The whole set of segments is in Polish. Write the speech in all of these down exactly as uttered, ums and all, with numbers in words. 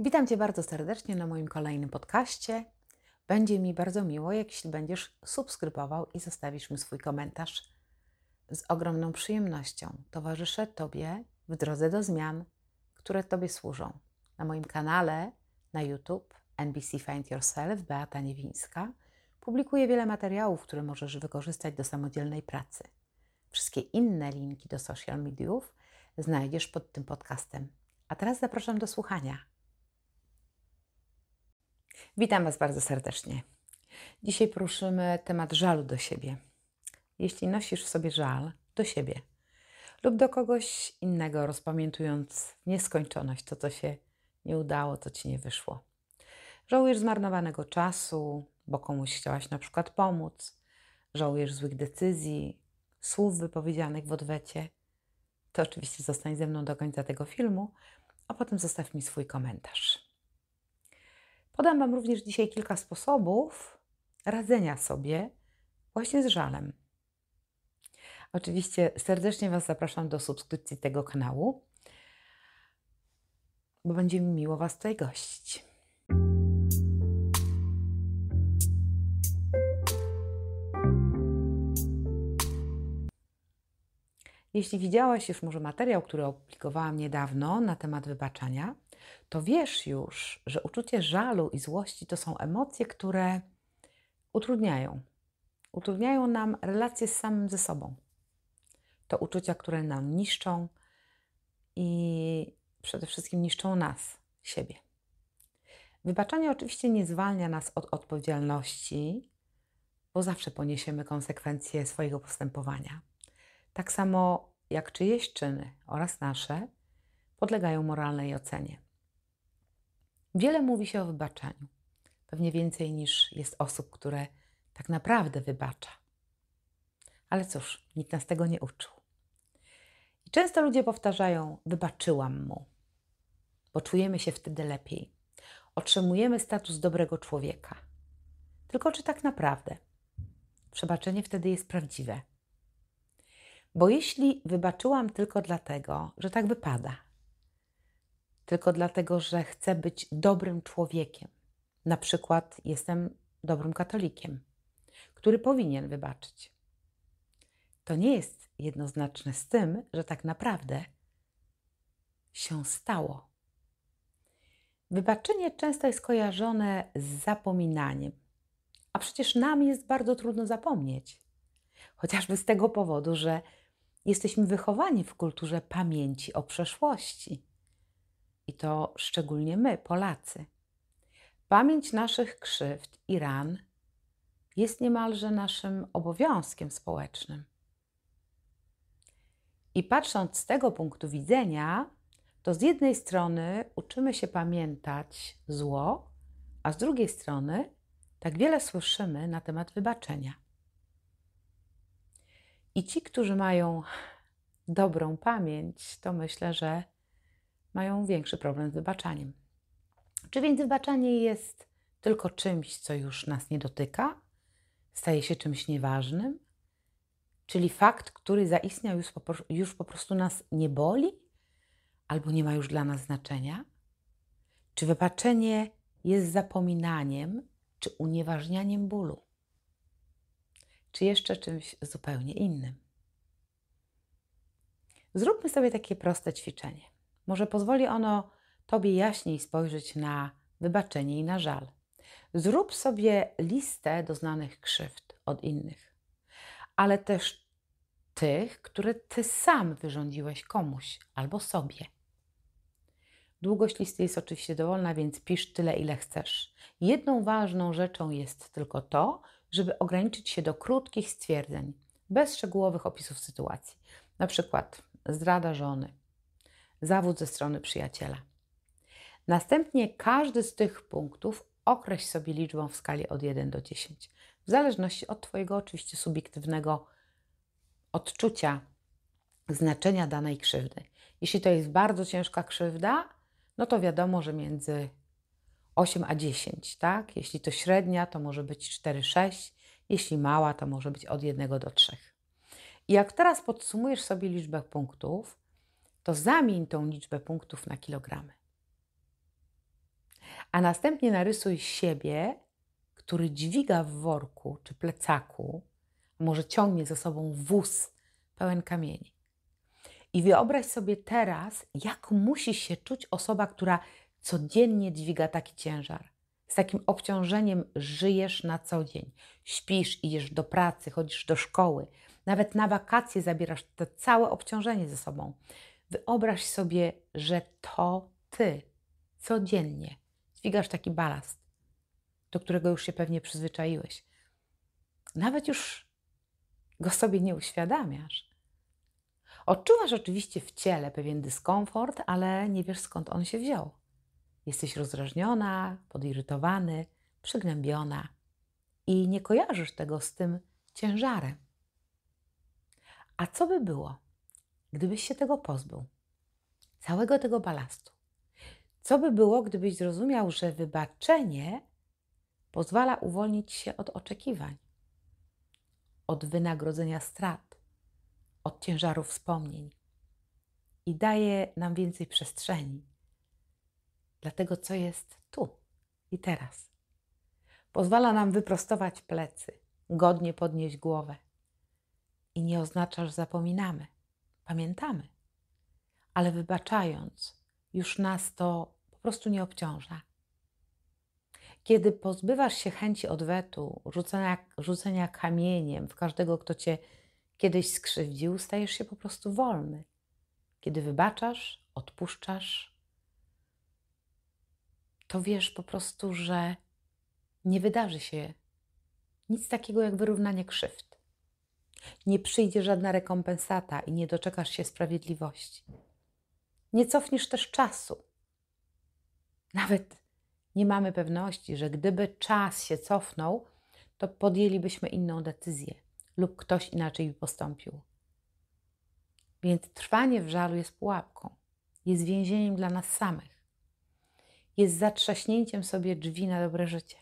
Witam Cię bardzo serdecznie na moim kolejnym podcaście. Będzie mi bardzo miło, jeśli będziesz subskrybował i zostawisz mi swój komentarz. Z ogromną przyjemnością towarzyszę Tobie w drodze do zmian, które Tobie służą. Na moim kanale na YouTube N B C Find Yourself Beata Niewińska publikuję wiele materiałów, które możesz wykorzystać do samodzielnej pracy. Wszystkie inne linki do social mediów znajdziesz pod tym podcastem. A teraz zapraszam do słuchania. Witam Was bardzo serdecznie. Dzisiaj poruszymy temat żalu do siebie. Jeśli nosisz w sobie żal do siebie lub do kogoś innego, rozpamiętując w nieskończoność to, co się nie udało, co Ci nie wyszło. Żałujesz zmarnowanego czasu, bo komuś chciałaś na przykład pomóc. Żałujesz złych decyzji, słów wypowiedzianych w odwecie. To oczywiście zostań ze mną do końca tego filmu, a potem zostaw mi swój komentarz. Podam Wam również dzisiaj kilka sposobów radzenia sobie właśnie z żalem. Oczywiście serdecznie Was zapraszam do subskrypcji tego kanału, bo będzie mi miło Was tutaj gościć. Jeśli widziałaś już może materiał, który opublikowałam niedawno na temat wybaczania, to wiesz już, że uczucie żalu i złości to są emocje, które utrudniają. Utrudniają nam relacje z samym ze sobą. To uczucia, które nam niszczą i przede wszystkim niszczą nas, siebie. Wybaczanie oczywiście nie zwalnia nas od odpowiedzialności, bo zawsze poniesiemy konsekwencje swojego postępowania. Tak samo jak czyjeś czyny oraz nasze podlegają moralnej ocenie. Wiele mówi się o wybaczaniu. Pewnie więcej niż jest osób, które tak naprawdę wybacza. Ale cóż, nikt nas tego nie uczył. I często ludzie powtarzają: wybaczyłam mu, bo czujemy się wtedy lepiej. Otrzymujemy status dobrego człowieka. Tylko czy tak naprawdę przebaczenie wtedy jest prawdziwe? Bo jeśli wybaczyłam tylko dlatego, że tak wypada, tylko dlatego, że chcę być dobrym człowiekiem, na przykład jestem dobrym katolikiem, który powinien wybaczyć, to nie jest jednoznaczne z tym, że tak naprawdę się stało. Wybaczenie często jest kojarzone z zapominaniem, a przecież nam jest bardzo trudno zapomnieć. Chociażby z tego powodu, że jesteśmy wychowani w kulturze pamięci o przeszłości. I to szczególnie my, Polacy. Pamięć naszych krzywd i ran jest niemalże naszym obowiązkiem społecznym. I patrząc z tego punktu widzenia, to z jednej strony uczymy się pamiętać zło, a z drugiej strony tak wiele słyszymy na temat wybaczenia. I ci, którzy mają dobrą pamięć, to myślę, że mają większy problem z wybaczaniem. Czy więc wybaczanie jest tylko czymś, co już nas nie dotyka? Staje się czymś nieważnym? Czyli fakt, który zaistniał, już po, już po prostu nas nie boli? Albo nie ma już dla nas znaczenia? Czy wybaczenie jest zapominaniem, czy unieważnianiem bólu? Czy jeszcze czymś zupełnie innym? Zróbmy sobie takie proste ćwiczenie. Może pozwoli ono Tobie jaśniej spojrzeć na wybaczenie i na żal. Zrób sobie listę doznanych krzywd od innych, ale też tych, które Ty sam wyrządziłeś komuś albo sobie. Długość listy jest oczywiście dowolna, więc pisz tyle, ile chcesz. Jedną ważną rzeczą jest tylko to, żeby ograniczyć się do krótkich stwierdzeń, bez szczegółowych opisów sytuacji. Na przykład zdrada żony, zawód ze strony przyjaciela. Następnie każdy z tych punktów określ sobie liczbą w skali od jeden do dziesięciu, w zależności od Twojego oczywiście subiektywnego odczucia znaczenia danej krzywdy. Jeśli to jest bardzo ciężka krzywda, no to wiadomo, że między osiem a dziesięć, tak? Jeśli to średnia, to może być cztery sześć, jeśli mała, to może być od jednego do trzech. I jak teraz podsumujesz sobie liczbę punktów, to zamień tą liczbę punktów na kilogramy. A następnie narysuj siebie, który dźwiga w worku czy plecaku, a może ciągnie za sobą wóz pełen kamieni. I wyobraź sobie teraz, jak musi się czuć osoba, która codziennie dźwiga taki ciężar. Z takim obciążeniem żyjesz na co dzień. Śpisz, idziesz do pracy, chodzisz do szkoły. Nawet na wakacje zabierasz to całe obciążenie ze sobą. Wyobraź sobie, że to ty codziennie dźwigasz taki balast, do którego już się pewnie przyzwyczaiłeś. Nawet już go sobie nie uświadamiasz. Odczuwasz oczywiście w ciele pewien dyskomfort, ale nie wiesz, skąd on się wziął. Jesteś rozdrażniona, podirytowany, przygnębiona i nie kojarzysz tego z tym ciężarem. A co by było, gdybyś się tego pozbył? Całego tego balastu. Co by było, gdybyś zrozumiał, że wybaczenie pozwala uwolnić się od oczekiwań, od wynagrodzenia strat, od ciężaru wspomnień i daje nam więcej przestrzeni dla tego, co jest tu i teraz. Pozwala nam wyprostować plecy, godnie podnieść głowę. I nie oznacza, że zapominamy. Pamiętamy. Ale wybaczając, już nas to po prostu nie obciąża. Kiedy pozbywasz się chęci odwetu, rzucenia, rzucenia kamieniem w każdego, kto cię kiedyś skrzywdził, stajesz się po prostu wolny. Kiedy wybaczasz, odpuszczasz, to wiesz po prostu, że nie wydarzy się nic takiego jak wyrównanie krzywd. Nie przyjdzie żadna rekompensata i nie doczekasz się sprawiedliwości. Nie cofniesz też czasu. Nawet nie mamy pewności, że gdyby czas się cofnął, to podjęlibyśmy inną decyzję lub ktoś inaczej by postąpił. Więc trwanie w żalu jest pułapką, jest więzieniem dla nas samych, jest zatrzaśnięciem sobie drzwi na dobre życie.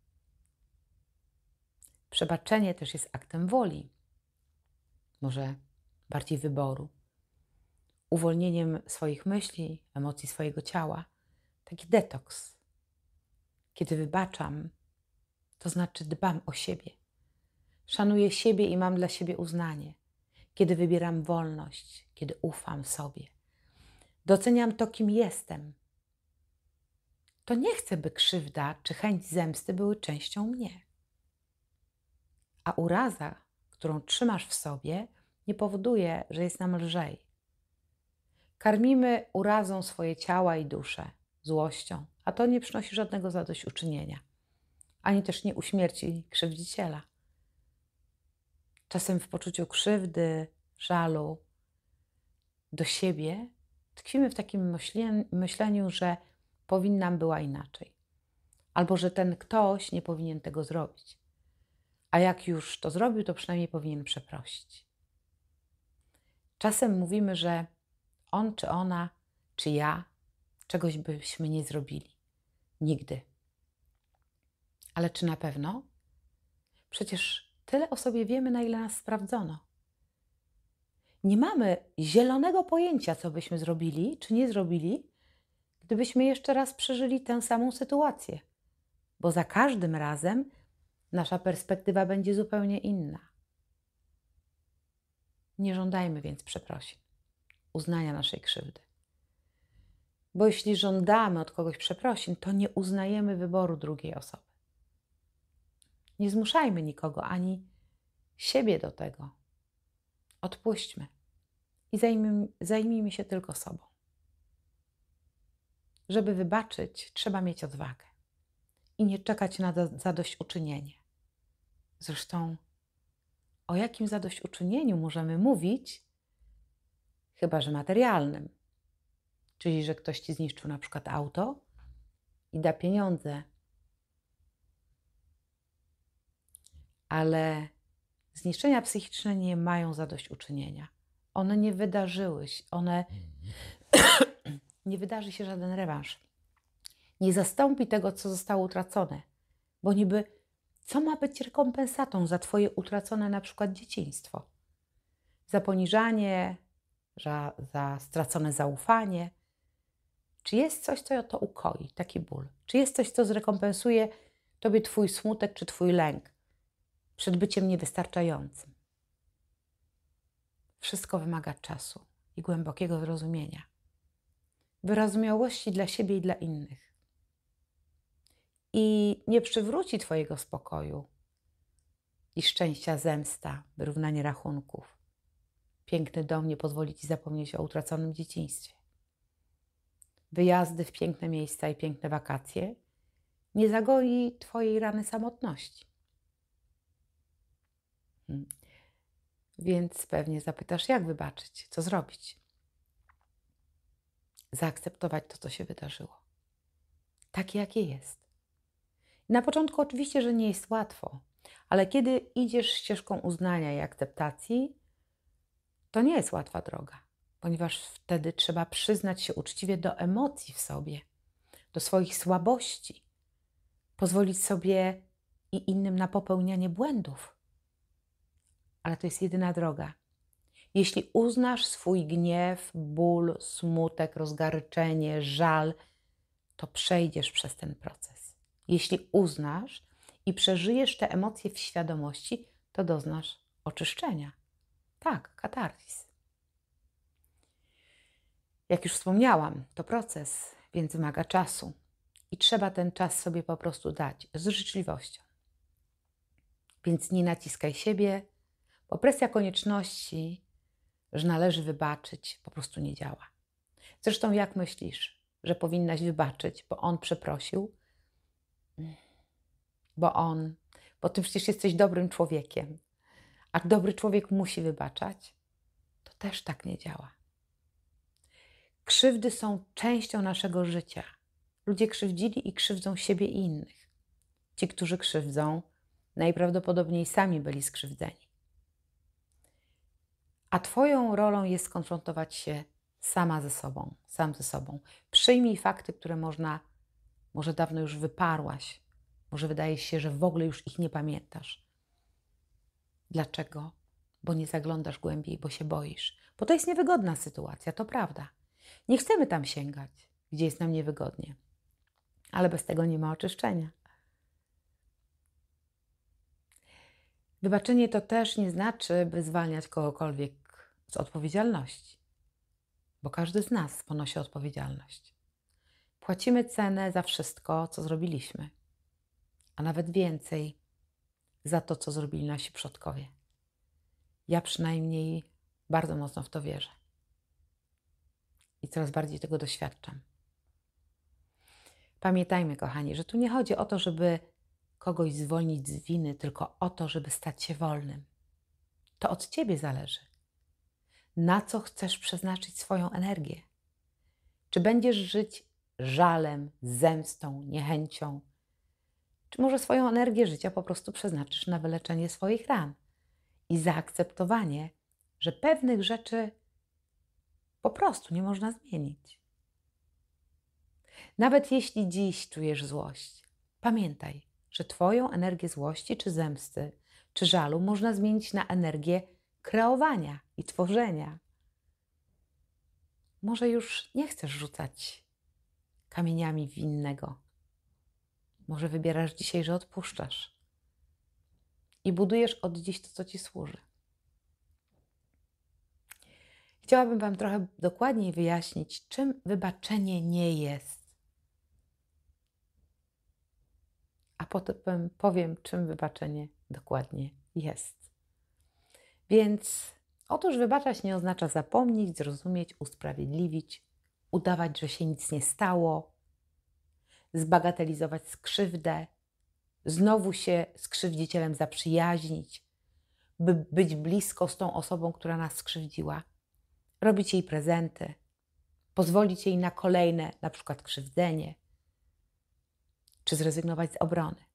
Przebaczenie też jest aktem woli, może bardziej wyboru, uwolnieniem swoich myśli, emocji swojego ciała, taki detoks. Kiedy wybaczam, to znaczy dbam o siebie, szanuję siebie i mam dla siebie uznanie. Kiedy wybieram wolność, kiedy ufam sobie, doceniam to, kim jestem. To nie chcę, by krzywda czy chęć zemsty były częścią mnie. A uraza, którą trzymasz w sobie, nie powoduje, że jest nam lżej. Karmimy urazą swoje ciała i duszę, złością, a to nie przynosi żadnego zadośćuczynienia, ani też nie uśmierci krzywdziciela. Czasem w poczuciu krzywdy, żalu do siebie tkwimy w takim myśleniu, że powinnam była inaczej, albo że ten ktoś nie powinien tego zrobić. A jak już to zrobił, to przynajmniej powinien przeprosić. Czasem mówimy, że on czy ona, czy ja czegoś byśmy nie zrobili. Nigdy. Ale czy na pewno? Przecież tyle o sobie wiemy, na ile nas sprawdzono. Nie mamy zielonego pojęcia, co byśmy zrobili, czy nie zrobili, gdybyśmy jeszcze raz przeżyli tę samą sytuację. Bo za każdym razem nasza perspektywa będzie zupełnie inna. Nie żądajmy więc przeprosin, uznania naszej krzywdy. Bo jeśli żądamy od kogoś przeprosin, to nie uznajemy wyboru drugiej osoby. Nie zmuszajmy nikogo, ani siebie do tego. Odpuśćmy i zajmijmy, zajmijmy się tylko sobą. Żeby wybaczyć, trzeba mieć odwagę i nie czekać na zadośćuczynienie. Zresztą o jakim zadośćuczynieniu możemy mówić, chyba że materialnym, czyli że ktoś ci zniszczył na przykład auto i da pieniądze, ale zniszczenia psychiczne nie mają zadośćuczynienia. One nie wydarzyły się, one nie wydarzy się żaden rewanż. Nie zastąpi tego, co zostało utracone, bo niby co ma być rekompensatą za twoje utracone na przykład dzieciństwo? Za poniżanie, za, za stracone zaufanie, Czy jest coś, co to ukoi, taki ból? Czy jest coś, co zrekompensuje Tobie Twój smutek czy Twój lęk przed byciem niewystarczającym? Wszystko wymaga czasu i głębokiego zrozumienia. Wyrozumiałości dla siebie i dla innych. I nie przywróci Twojego spokoju i szczęścia zemsta, wyrównanie rachunków. Piękny dom nie pozwoli Ci zapomnieć o utraconym dzieciństwie. Wyjazdy w piękne miejsca i piękne wakacje nie zagoi Twojej rany samotności. Hmm. Więc pewnie zapytasz, jak wybaczyć, co zrobić? Zaakceptować to, co się wydarzyło. Takie, jakie jest. Na początku oczywiście, że nie jest łatwo, ale kiedy idziesz ścieżką uznania i akceptacji, to nie jest łatwa droga, ponieważ wtedy trzeba przyznać się uczciwie do emocji w sobie, do swoich słabości, pozwolić sobie i innym na popełnianie błędów. Ale to jest jedyna droga. Jeśli uznasz swój gniew, ból, smutek, rozgaryczenie, żal, to przejdziesz przez ten proces. Jeśli uznasz i przeżyjesz te emocje w świadomości, to doznasz oczyszczenia. Tak, katarzis. Jak już wspomniałam, to proces, więc wymaga czasu. I trzeba ten czas sobie po prostu dać z życzliwością. Więc nie naciskaj siebie, bo presja konieczności, że należy wybaczyć, po prostu nie działa. Zresztą jak myślisz, że powinnaś wybaczyć, bo on przeprosił? Bo on, bo ty przecież jesteś dobrym człowiekiem, a dobry człowiek musi wybaczać? To też tak nie działa. Krzywdy są częścią naszego życia. Ludzie krzywdzili i krzywdzą siebie i innych. Ci, którzy krzywdzą, najprawdopodobniej sami byli skrzywdzeni. A Twoją rolą jest skonfrontować się sama ze sobą, sam ze sobą. Przyjmij fakty, które można, może dawno już wyparłaś, może wydaje się, że w ogóle już ich nie pamiętasz. Dlaczego? Bo nie zaglądasz głębiej, bo się boisz. Bo to jest niewygodna sytuacja, to prawda. Nie chcemy tam sięgać, gdzie jest nam niewygodnie. Ale bez tego nie ma oczyszczenia. Wybaczenie to też nie znaczy, by zwalniać kogokolwiek z odpowiedzialności, bo każdy z nas ponosi odpowiedzialność. Płacimy cenę za wszystko, co zrobiliśmy, a nawet więcej za to, co zrobili nasi przodkowie. Ja przynajmniej bardzo mocno w to wierzę i coraz bardziej tego doświadczam. Pamiętajmy, kochani, że tu nie chodzi o to, żeby kogoś zwolnić z winy, tylko o to, żeby stać się wolnym. To od Ciebie zależy. Na co chcesz przeznaczyć swoją energię? Czy będziesz żyć żalem, zemstą, niechęcią? Czy może swoją energię życia po prostu przeznaczysz na wyleczenie swoich ran i zaakceptowanie, że pewnych rzeczy po prostu nie można zmienić? Nawet jeśli dziś czujesz złość, pamiętaj, że Twoją energię złości czy zemsty, czy żalu można zmienić na energię kreowania i tworzenia. Może już nie chcesz rzucać kamieniami w innego. Może wybierasz dzisiaj, że odpuszczasz i budujesz od dziś to, co Ci służy. Chciałabym Wam trochę dokładniej wyjaśnić, czym wybaczenie nie jest. A potem powiem, czym wybaczenie dokładnie jest. Więc otóż wybaczać nie oznacza zapomnieć, zrozumieć, usprawiedliwić, udawać, że się nic nie stało, zbagatelizować skrzywdę, znowu się z krzywdzicielem zaprzyjaźnić, by być blisko z tą osobą, która nas skrzywdziła, robić jej prezenty, pozwolić jej na kolejne, na przykład krzywdzenie, czy zrezygnować z obrony.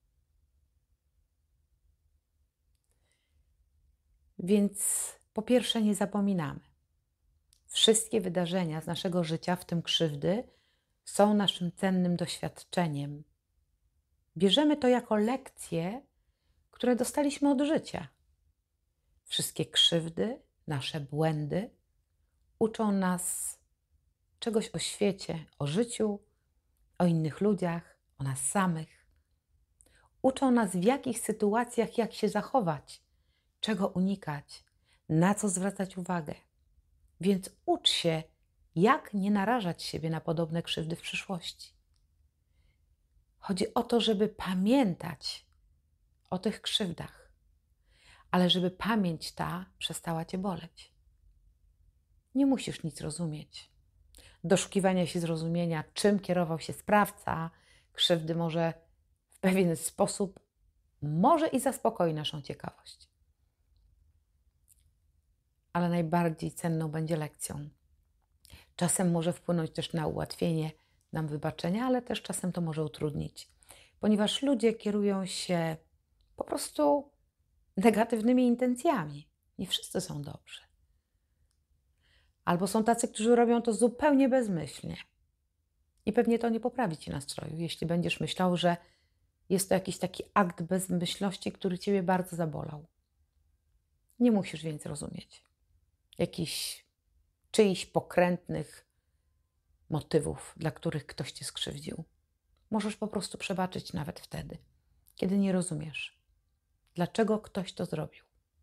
Więc po pierwsze nie zapominamy. Wszystkie wydarzenia z naszego życia, w tym krzywdy, są naszym cennym doświadczeniem. Bierzemy to jako lekcje, które dostaliśmy od życia. Wszystkie krzywdy, nasze błędy uczą nas czegoś o świecie, o życiu, o innych ludziach, o nas samych. Uczą nas, w jakich sytuacjach jak się zachować, czego unikać, na co zwracać uwagę. Więc ucz się, jak nie narażać siebie na podobne krzywdy w przyszłości. Chodzi o to, żeby pamiętać o tych krzywdach, ale żeby pamięć ta przestała cię boleć. Nie musisz nic rozumieć. Doszukiwania się zrozumienia, czym kierował się sprawca krzywdy, może w pewien sposób może i zaspokoi naszą ciekawość. Ale najbardziej cenną będzie lekcją. Czasem może wpłynąć też na ułatwienie nam wybaczenia, ale też czasem to może utrudnić, ponieważ ludzie kierują się po prostu negatywnymi intencjami. Nie wszyscy są dobrzy. Albo są tacy, którzy robią to zupełnie bezmyślnie. I pewnie to nie poprawi ci nastroju, jeśli będziesz myślał, że jest to jakiś taki akt bezmyślności, który ciebie bardzo zabolał. Nie musisz więc rozumieć jakichś czyichś pokrętnych motywów, dla których ktoś cię skrzywdził. Możesz po prostu przebaczyć nawet wtedy, kiedy nie rozumiesz, dlaczego ktoś to zrobił.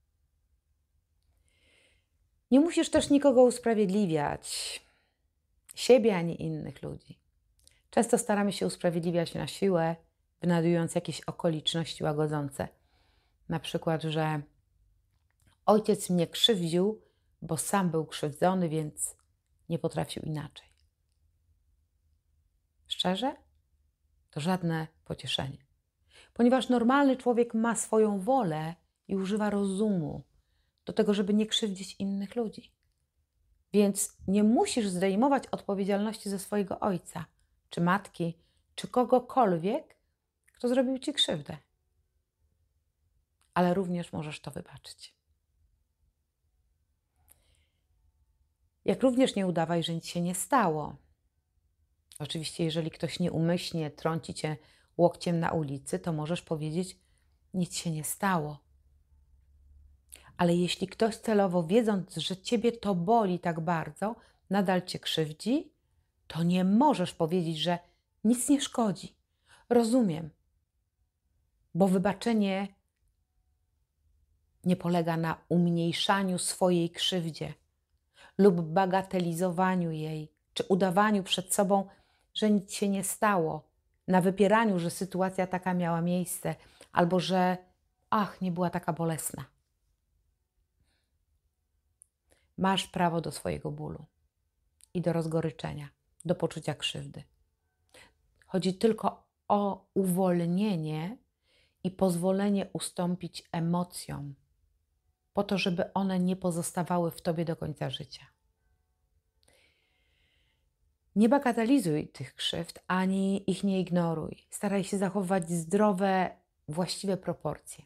Nie musisz też nikogo usprawiedliwiać, siebie ani innych ludzi. Często staramy się usprawiedliwiać na siłę, wynajdując jakieś okoliczności łagodzące. Na przykład, że ojciec mnie krzywdził, bo sam był krzywdzony, więc nie potrafił inaczej. Szczerze? To żadne pocieszenie. Ponieważ normalny człowiek ma swoją wolę i używa rozumu do tego, żeby nie krzywdzić innych ludzi. Więc nie musisz zdejmować odpowiedzialności ze swojego ojca, czy matki, czy kogokolwiek, kto zrobił ci krzywdę. Ale również możesz to wybaczyć. Jak również nie udawaj, że nic się nie stało. Oczywiście, jeżeli ktoś nieumyślnie trąci cię łokciem na ulicy, to możesz powiedzieć, nic się nie stało. Ale jeśli ktoś celowo, wiedząc, że ciebie to boli tak bardzo, nadal cię krzywdzi, to nie możesz powiedzieć, że nic nie szkodzi. Rozumiem, bo wybaczenie nie polega na umniejszaniu swojej krzywdzie lub bagatelizowaniu jej, czy udawaniu przed sobą, że nic się nie stało, na wypieraniu, że sytuacja taka miała miejsce, albo że ach, nie była taka bolesna. Masz prawo do swojego bólu i do rozgoryczenia, do poczucia krzywdy. Chodzi tylko o uwolnienie i pozwolenie ustąpić emocjom, po to, żeby one nie pozostawały w tobie do końca życia. Nie bagatelizuj tych krzywd, ani ich nie ignoruj. Staraj się zachować zdrowe, właściwe proporcje.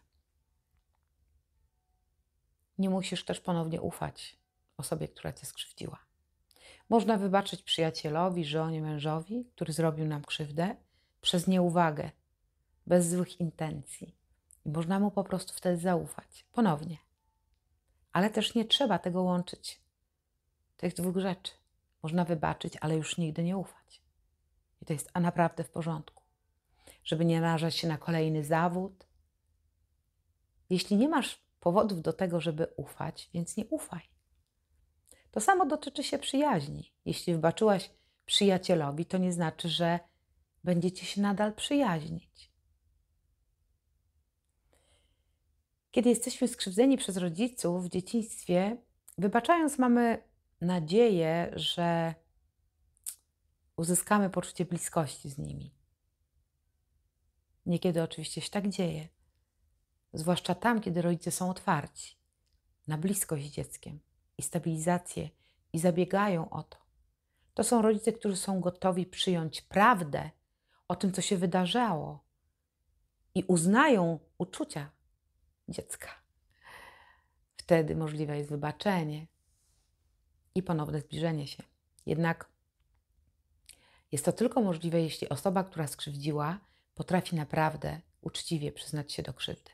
Nie musisz też ponownie ufać osobie, która cię skrzywdziła. Można wybaczyć przyjacielowi, żonie, mężowi, który zrobił nam krzywdę, przez nieuwagę, bez złych intencji. I można mu po prostu wtedy zaufać. Ponownie. Ale też nie trzeba tego łączyć, tych dwóch rzeczy. Można wybaczyć, ale już nigdy nie ufać. I to jest a naprawdę w porządku. Żeby nie narażać się na kolejny zawód. Jeśli nie masz powodów do tego, żeby ufać, więc nie ufaj. To samo dotyczy się przyjaźni. Jeśli wybaczyłaś przyjacielowi, to nie znaczy, że będziecie się nadal przyjaźnić. Kiedy jesteśmy skrzywdzeni przez rodziców w dzieciństwie, wybaczając, mamy nadzieję, że uzyskamy poczucie bliskości z nimi. Niekiedy oczywiście się tak dzieje, zwłaszcza tam, kiedy rodzice są otwarci na bliskość z dzieckiem i stabilizację i zabiegają o to. To są rodzice, którzy są gotowi przyjąć prawdę o tym, co się wydarzało i uznają uczucia dziecka. Wtedy możliwe jest wybaczenie i ponowne zbliżenie się. Jednak jest to tylko możliwe, jeśli osoba, która skrzywdziła, potrafi naprawdę uczciwie przyznać się do krzywdy.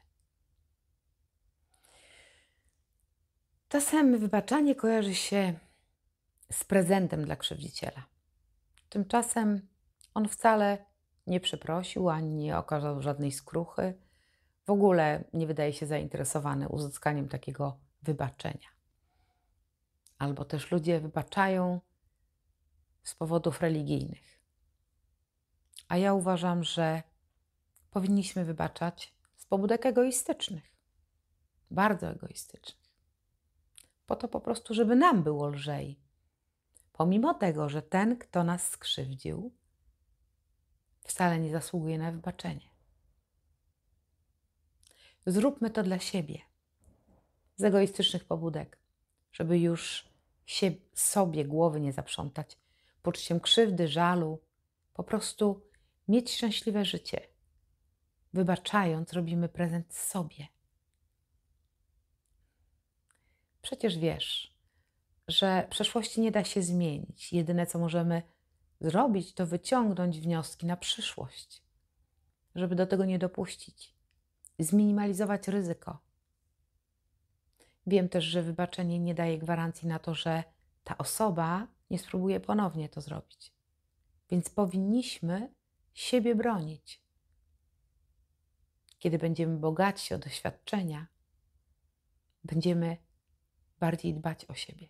Czasem wybaczanie kojarzy się z prezentem dla krzywdziciela. Tymczasem on wcale nie przeprosił, ani nie okazał żadnej skruchy. W ogóle nie wydaje się zainteresowany uzyskaniem takiego wybaczenia. Albo też ludzie wybaczają z powodów religijnych. A ja uważam, że powinniśmy wybaczać z pobudek egoistycznych. Bardzo egoistycznych. Po to po prostu, żeby nam było lżej. Pomimo tego, że ten, kto nas skrzywdził, wcale nie zasługuje na wybaczenie. Zróbmy to dla siebie. Z egoistycznych pobudek, żeby już się, sobie głowy nie zaprzątać poczuciem krzywdy, żalu, po prostu mieć szczęśliwe życie. Wybaczając, robimy prezent sobie. Przecież wiesz, że przeszłości nie da się zmienić. Jedyne, co możemy zrobić, to wyciągnąć wnioski na przyszłość, żeby do tego nie dopuścić. Zminimalizować ryzyko. Wiem też, że wybaczenie nie daje gwarancji na to, że ta osoba nie spróbuje ponownie to zrobić. Więc powinniśmy siebie bronić. Kiedy będziemy bogatsi o doświadczenia, będziemy bardziej dbać o siebie.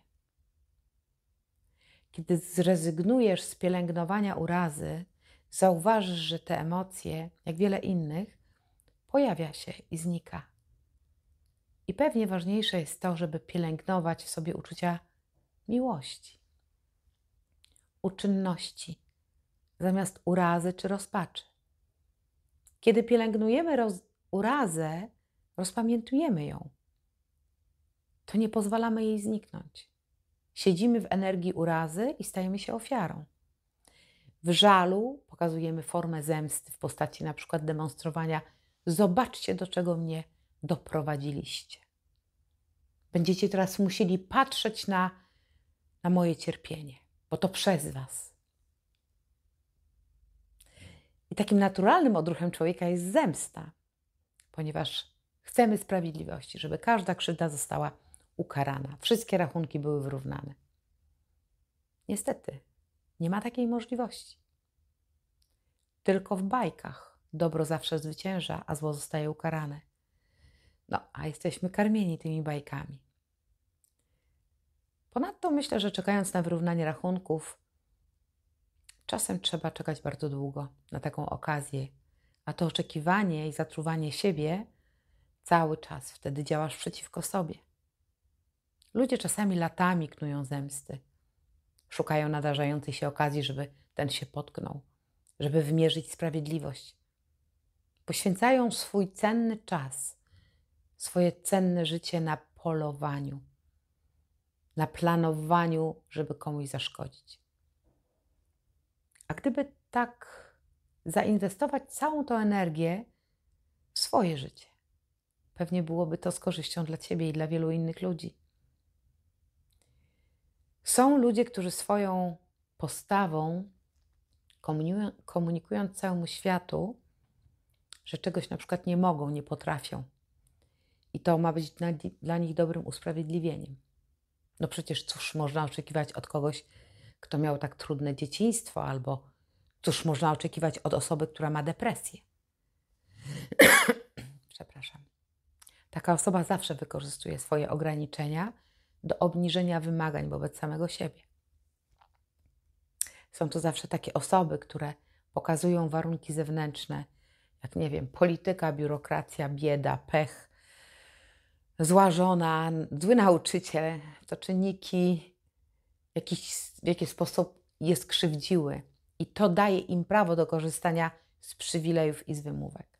Kiedy zrezygnujesz z pielęgnowania urazy, zauważysz, że te emocje, jak wiele innych, pojawia się i znika. I pewnie ważniejsze jest to, żeby pielęgnować w sobie uczucia miłości, uczynności, zamiast urazy czy rozpaczy. Kiedy pielęgnujemy roz- urazę, rozpamiętujemy ją. To nie pozwalamy jej zniknąć. Siedzimy w energii urazy i stajemy się ofiarą. W żalu pokazujemy formę zemsty w postaci na przykład demonstrowania: zobaczcie, do czego mnie doprowadziliście. Będziecie teraz musieli patrzeć na, na moje cierpienie, bo to przez was. I takim naturalnym odruchem człowieka jest zemsta, ponieważ chcemy sprawiedliwości, żeby każda krzywda została ukarana, wszystkie rachunki były wyrównane. Niestety, nie ma takiej możliwości. Tylko w bajkach dobro zawsze zwycięża, a zło zostaje ukarane. No, a jesteśmy karmieni tymi bajkami. Ponadto myślę, że czekając na wyrównanie rachunków, czasem trzeba czekać bardzo długo na taką okazję, a to oczekiwanie i zatruwanie siebie cały czas wtedy działasz przeciwko sobie. Ludzie czasami latami knują zemsty. Szukają nadarzającej się okazji, żeby ten się potknął, żeby wymierzyć sprawiedliwość. Poświęcają swój cenny czas, swoje cenne życie na polowaniu, na planowaniu, żeby komuś zaszkodzić. A gdyby tak zainwestować całą tą energię w swoje życie, pewnie byłoby to z korzyścią dla ciebie i dla wielu innych ludzi. Są ludzie, którzy swoją postawą, komunikując całemu światu, że czegoś na przykład nie mogą, nie potrafią. I to ma być dla, dla nich dobrym usprawiedliwieniem. No przecież cóż można oczekiwać od kogoś, kto miał tak trudne dzieciństwo, albo cóż można oczekiwać od osoby, która ma depresję. Przepraszam. Taka osoba zawsze wykorzystuje swoje ograniczenia do obniżenia wymagań wobec samego siebie. Są to zawsze takie osoby, które pokazują warunki zewnętrzne, jak nie wiem, polityka, biurokracja, bieda, pech, zła żona, zły nauczyciel, to czynniki jakiś, w jakiś sposób je skrzywdziły i to daje im prawo do korzystania z przywilejów i z wymówek.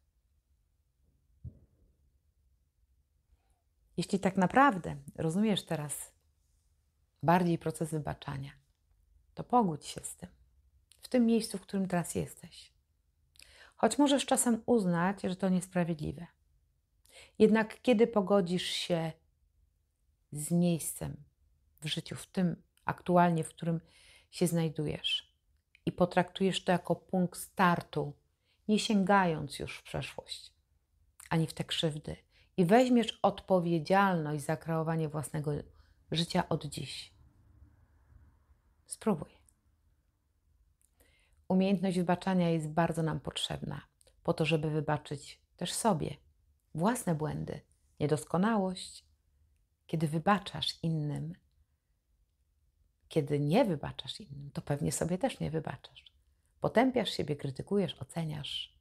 Jeśli tak naprawdę rozumiesz teraz bardziej proces wybaczania, to pogódź się z tym, w tym miejscu, w którym teraz jesteś. Choć możesz czasem uznać, że to niesprawiedliwe. Jednak kiedy pogodzisz się z miejscem w życiu, w tym aktualnie, w którym się znajdujesz i potraktujesz to jako punkt startu, nie sięgając już w przeszłość, ani w te krzywdy, i weźmiesz odpowiedzialność za kreowanie własnego życia od dziś, Spróbuj. Umiejętność wybaczania jest bardzo nam potrzebna po to, żeby wybaczyć też sobie własne błędy, niedoskonałość. Kiedy wybaczasz innym, kiedy nie wybaczasz innym, to pewnie sobie też nie wybaczasz. Potępiasz siebie, krytykujesz, oceniasz.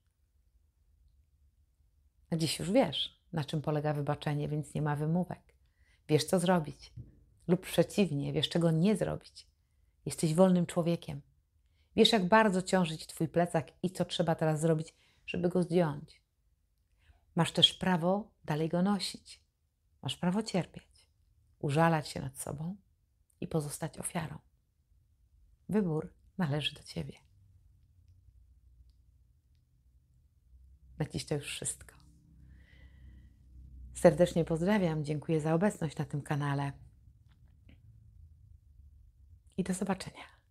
A dziś już wiesz, na czym polega wybaczenie, więc nie ma wymówek. Wiesz, co zrobić. Lub przeciwnie, wiesz, czego nie zrobić. Jesteś wolnym człowiekiem. Wiesz, jak bardzo ciąży ci twój plecak i co trzeba teraz zrobić, żeby go zdjąć. Masz też prawo dalej go nosić. Masz prawo cierpieć, użalać się nad sobą i pozostać ofiarą. Wybór należy do ciebie. Na dziś to już wszystko. Serdecznie pozdrawiam, dziękuję za obecność na tym kanale i do zobaczenia.